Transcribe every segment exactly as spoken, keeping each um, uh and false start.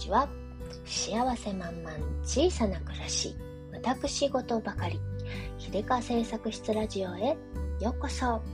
ちは。幸せ満々小さな暮らし、私事ばかり、秀香製作室ラジオへようこそ。はい、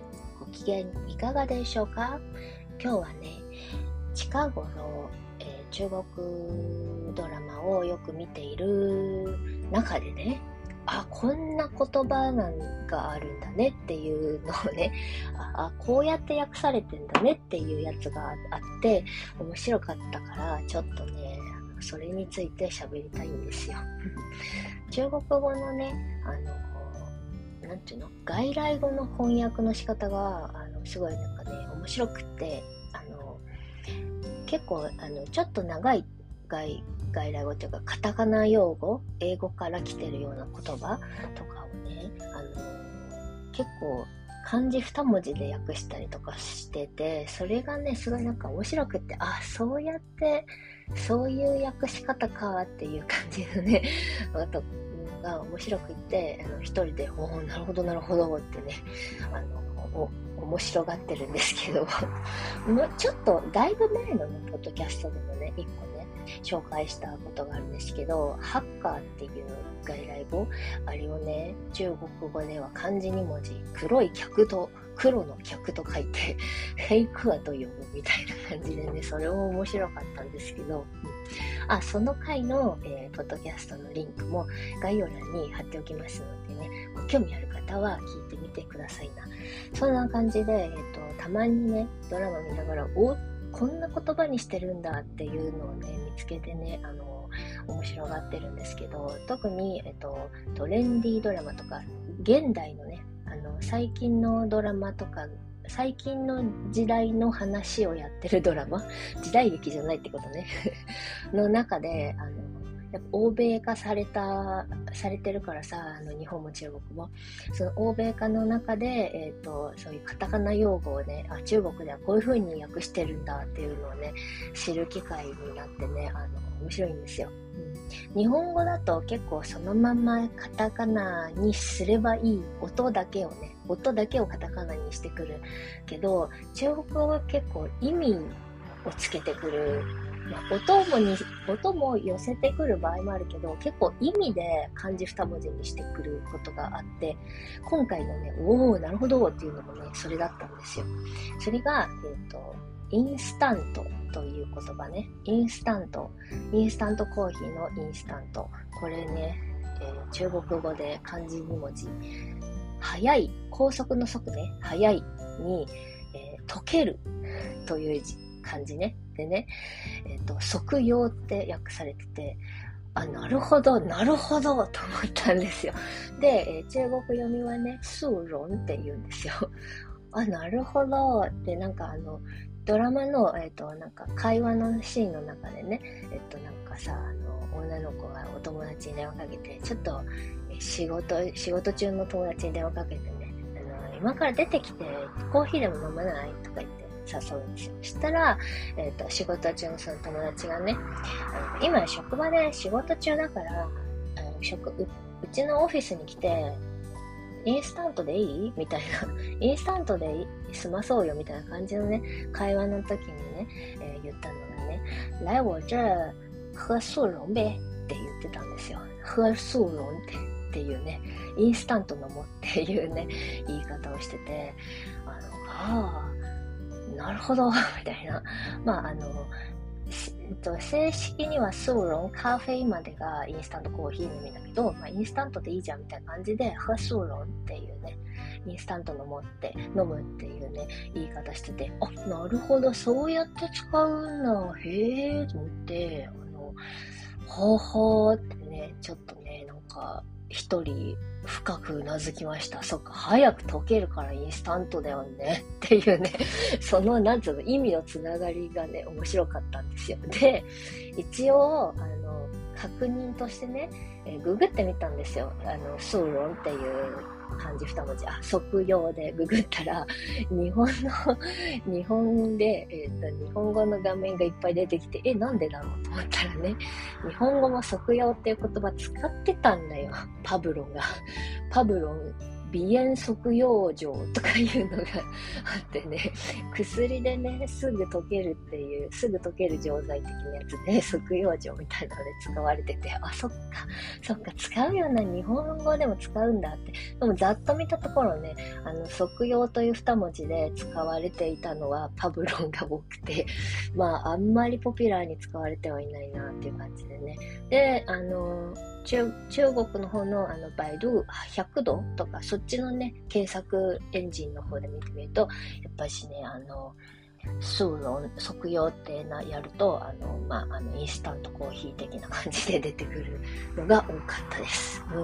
ご機嫌いかがでしょうか。今日はね、近頃、えー、中国ドラマをよく見ている中でね、あ、こんな言葉なんかあるんだねっていうのをね、あ、こうやって訳されてんだねっていうやつがあって面白かったから、ちょっとね、それについて喋りたいんですよ。中国語のね、あの、なんていうの、外来語の翻訳の仕方が、あの、すごいなんかね、面白くって、あの、結構、あの、ちょっと長い外外来語というかカタカナ用語、英語から来てるような言葉とかをね、あの結構漢字二文字で訳したりとかしてて、それがねすごいなんか面白くって、あ、そうやってそういう訳し方かっていう感じのねあとが面白くって、あの一人でおーなるほどなるほどってね、あのお面白がってるんですけどもうちょっとだいぶ前のねポッドキャストでもね一個ね紹介したことがあるんですけど、ハッカーっていう外来語、あれをね中国語では漢字に文字、黒い客と黒の客と書いてフェイクアと呼ぶみたいな感じでね、それも面白かったんですけど、あ、その回の、えー、ポッドキャストのリンクも概要欄に貼っておきますのでね、ご興味ある方は聞いてみてくださいな。そんな感じで、えーと、たまにねドラマ見ながら、おこんな言葉にしてるんだっていうのをね見つけてね、あの面白がってるんですけど、特に、えっと、トレンディードラマとか現代のね、あの最近のドラマとか最近の時代の話をやってるドラマ、時代劇じゃないってことねの中で、あのやっぱ欧米化されたされてるからさ、あの日本も中国もその欧米化の中で、えーと、そういうカタカナ用語をね、あ、中国ではこういう風に訳してるんだっていうのをね知る機会になってね、あの面白いんですよ、うん、日本語だと結構そのままカタカナにすればいい、音だけをね音だけをカタカナにしてくるけど、中国語は結構意味をつけてくる、まあ、音もに音も寄せてくる場合もあるけど、結構意味で漢字二文字にしてくることがあって、今回のね、おーなるほどっていうのもねそれだったんですよ。それが、えーと、インスタントという言葉ね。インスタントインスタントコーヒーのインスタント、これね、えー、中国語で漢字に文字、早い、高速の速ね、早いに、えー、溶けるという漢字ね。でね、えっと、即用って訳されてて、あ、なるほど、なるほどと思ったんですよ。で、えー、中国読みはね、速溶って言うんですよ。あ、なるほどって、なんかあの、ドラマの、えっと、なんか会話のシーンの中でね、えっと、なんかさ、あの、女の子がお友達に電話かけて、ちょっと、仕事、仕事中の友達に電話かけてね、あの、今から出てきて、コーヒーでも飲まないとか言って、誘うんですよ。そしたら、えーと、仕事中のその友達がね、あの今職場で仕事中だから、あの職 う, うちのオフィスに来てインスタントでいいみたいな、インスタントで済まそうよみたいな感じのね会話の時にね、えー、言ったのがね、来我这喝速溶呗って言ってたんですよ。喝速溶ってっていうね、インスタント飲もうっていうね言い方をしてて、あのああなるほどみたいな。まああの、えっと、正式には速溶カフェまでがインスタントコーヒーの意味だけど、まあ、インスタントでいいじゃんみたいな感じで喝速溶っていうね、インスタント飲もうって飲むっていうね言い方してて、あ、なるほどそうやって使うんだ、へえと思って、あのほうほーってね、ちょっとねなんか一人深くうなずきました。そっか、早く溶けるからインスタントだよねっていうね、そのなんつうの意味のつながりがね面白かったんですよ。で、一応あの確認としてね、えー、ググってみたんですよ。あの速溶っていう漢字二文字、あ、即用でググったら日本の日本で、えーと、日本語の画面がいっぱい出てきて、え、なんでだろうと思ったらね、日本語も即用っていう言葉使ってたんだよ、パブロンが。パブロン鼻炎即用錠とかいうのがあってね、薬でね、すぐ溶けるっていう、すぐ溶ける錠剤的なやつで、即用錠みたいなので使われてて、あ、そっか、そっか、使うような日本語でも使うんだって。でもざっと見たところね、あの、即用という二文字で使われていたのはパブロンが多くて、まあ、あんまりポピュラーに使われてはいないなっていう感じでね。で、あの、中, 中国の方のあのバイドゥひゃくどとかそっちのね検索エンジンの方で見てみるとやっぱりねあの速溶即用ってなやるとあの、まあ、あのインスタントコーヒー的な感じで出てくるのが多かったです、うん、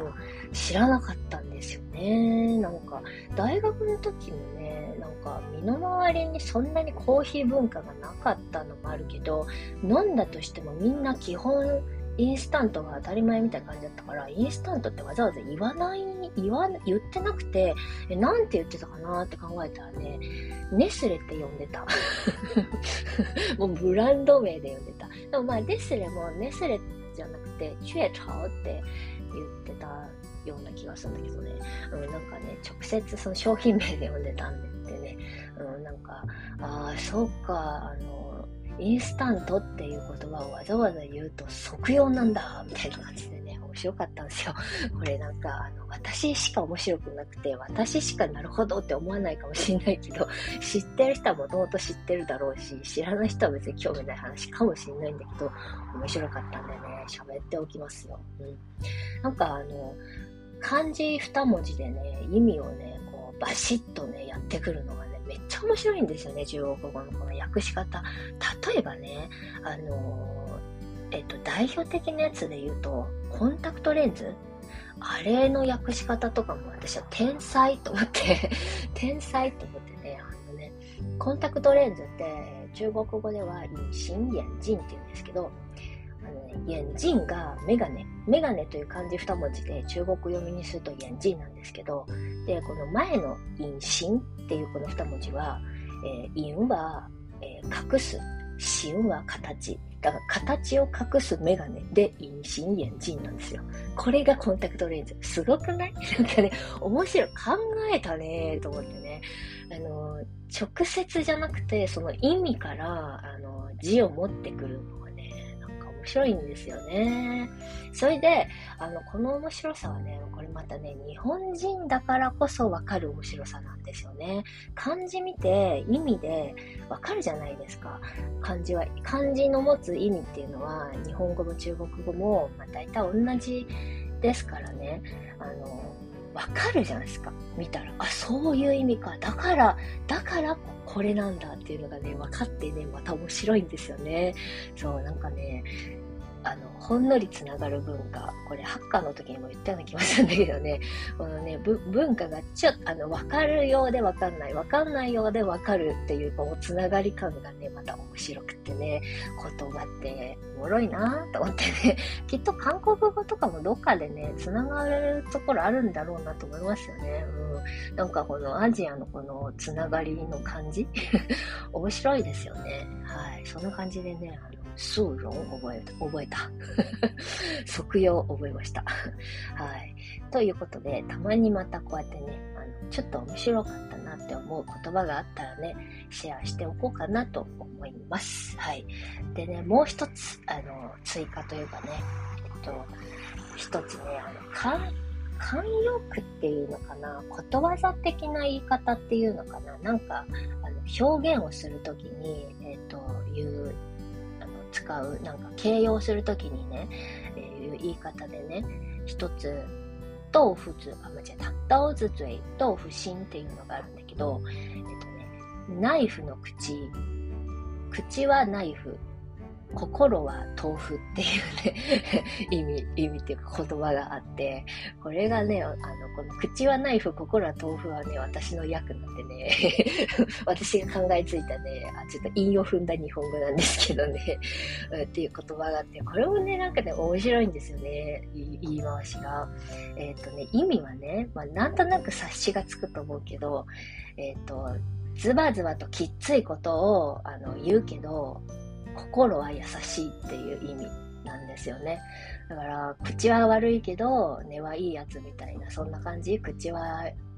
知らなかったんですよね。なんか大学の時もねなんか身の回りにそんなにコーヒー文化がなかったのもあるけど飲んだとしてもみんな基本インスタントが当たり前みたいな感じだったから、インスタントってわざわざ言わない、言わ、言ってなくて、え、なんて言ってたかなって考えたらね、ネスレって呼んでた。もうブランド名で呼んでた。でもまあ、ネスレもネスレじゃなくて、チュエチャオって言ってたような気がするんだけどね。うん、なんかね、直接その商品名で呼んでたんでね。うん、なんか、ああ、そうか、あの、インスタントっていう言葉をわざわざ言うと即用なんだみたいな感じでね面白かったんですよ。これなんかあの私しか面白くなくて私しかなるほどって思わないかもしれないけど知ってる人はもともと知ってるだろうし知らない人は別に興味ない話かもしれないんだけど面白かったんでね喋っておきますよ。うん、なんかあの漢字二文字でね意味をねこうバシッとねやってくるのがねめっちゃ面白いんですよね、中国語のこの訳し方。例えばね、あのー、えっと、代表的なやつで言うと、コンタクトレンズあれの訳し方とかも私は天才と思って、天才と思ってね、あのね、コンタクトレンズって中国語では隱形眼鏡って言うんですけど、あのね、眼鏡がメガネ。メガネという漢字二文字で中国読みにすると眼鏡なんですけど、で、この前の隱形っていうこの二文字は、えー、陰は、えー、隠す。形は形。だから形を隠すメガネで隱形眼鏡なんですよ。これがコンタクトレンズ。すごくない？なんかね、面白い。考えたねと思ってね。あの、直接じゃなくて、その意味から、あの、字を持ってくるのがね、なんか面白いんですよね。それで、あの、この面白さはね、これまたね、日本人だからこそわかる面白さなんですよね。漢字見て意味でわかるじゃないですか。漢字は、漢字の持つ意味っていうのは、日本語も中国語も、まあ、大体同じですからね。あの、わかるじゃないですか。見たら、あ、そういう意味か。だから、だからこれなんだっていうのがね、分かってね、また面白いんですよね。そう、なんかね、あの、ほんのりつながる文化。これ、ハッカーの時にも言ったような気がするんだけどね、このね、文化がちょっと、あの、わかるようでわかんない、わかんないようでわかるっていう、このつながり感がね、また面白くてね、言葉っておもろいなと思ってね、きっと韓国語とかもどっかでね、つながるところあるんだろうなと思いますよね。うん。なんかこのアジアのこのつながりの感じ面白いですよね。はい。そんな感じでね、あの速溶を覚えた。覚えた。即用を覚えました。はい。ということで、たまにまたこうやってね、あの、ちょっと面白かったなって思う言葉があったらね、シェアしておこうかなと思います。はい。でね、もう一つ、あの、追加というかね、えっと、一つね、あの、慣用句っていうのかな、ことわざ的な言い方っていうのかな、なんか、あの表現をするときに、えっと、言う、使う、なんか形容するときにね、えー、いう言い方でね、一つ、豆腐ず、あ、間違えた、刀子嘴、豆腐心っていうのがあるんだけど、えっとね、ナイフの口、口はナイフ、心は豆腐っていうね意味、意味っていうか言葉があって、これがね、あの、この口はナイフ、心は豆腐はね、私の役なんでね、私が考えついたね、あ、ちょっと韻を踏んだ日本語なんですけどね、っていう言葉があって、これもね、なんかね、面白いんですよね、言い回しが。えっとね、意味はね、まあ、なんとなく察しがつくと思うけど、えっと、ズバズバときっついことをあの言うけど、心は優しいっていう意味なんですよね。だから口は悪いけど根はいいやつみたいな、そんな感じ。口は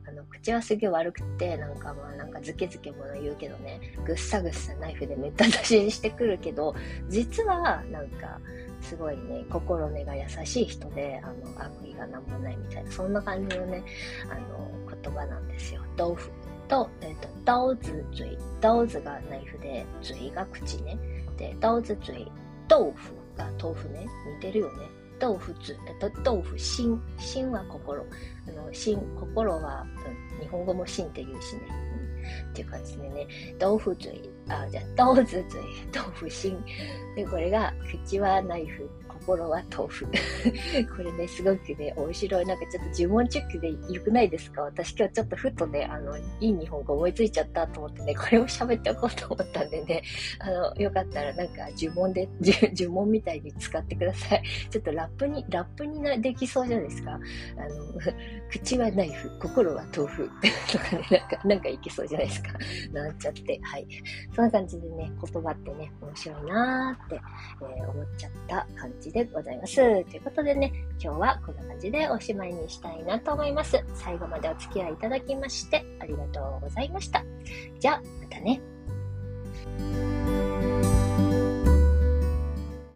あの口はすげえ悪くて、なんかまあなんかズケズケもの言うけどね、ぐっさぐっさナイフでめった出しにしてくるけど、実はなんかすごいね、心根が優しい人で、あの悪意がなんもないみたいな、そんな感じのね、あの言葉なんですよ。豆腐と、えっと、刀子嘴。刀子がナイフで、嘴が口ね。で、刀子嘴、豆腐が豆腐ね。似てるよね。豆腐嘴、えっと、豆腐心。心は心。あの、心、心は、うん、日本語も心って言うしね。うん、っていう感じでね、豆腐嘴、あ、じゃあ、刀子嘴、豆腐心。で、これが、口はナイフ。心は豆腐。これね、すごくね、面白い。なんかちょっと呪文チェックで良くないですか？私今日ちょっとふっとね、あの、いい日本語思いついちゃったと思ってね、これを喋っておこうと思ったんでね、あの、よかったらなんか呪文で、呪文みたいに使ってください。ちょっとラップに、ラップになできそうじゃないですか？あの、口はナイフ、心は豆腐とかね、なんか、なんかいけそうじゃないですか？なんちゃって、はい。そんな感じでね、言葉ってね、面白いなーって、えー、思っちゃった感じでございます。ということでね、今日はこんな感じでおしまいにしたいなと思います。最後までお付き合いいただきましてありがとうございました。じゃあ、またね。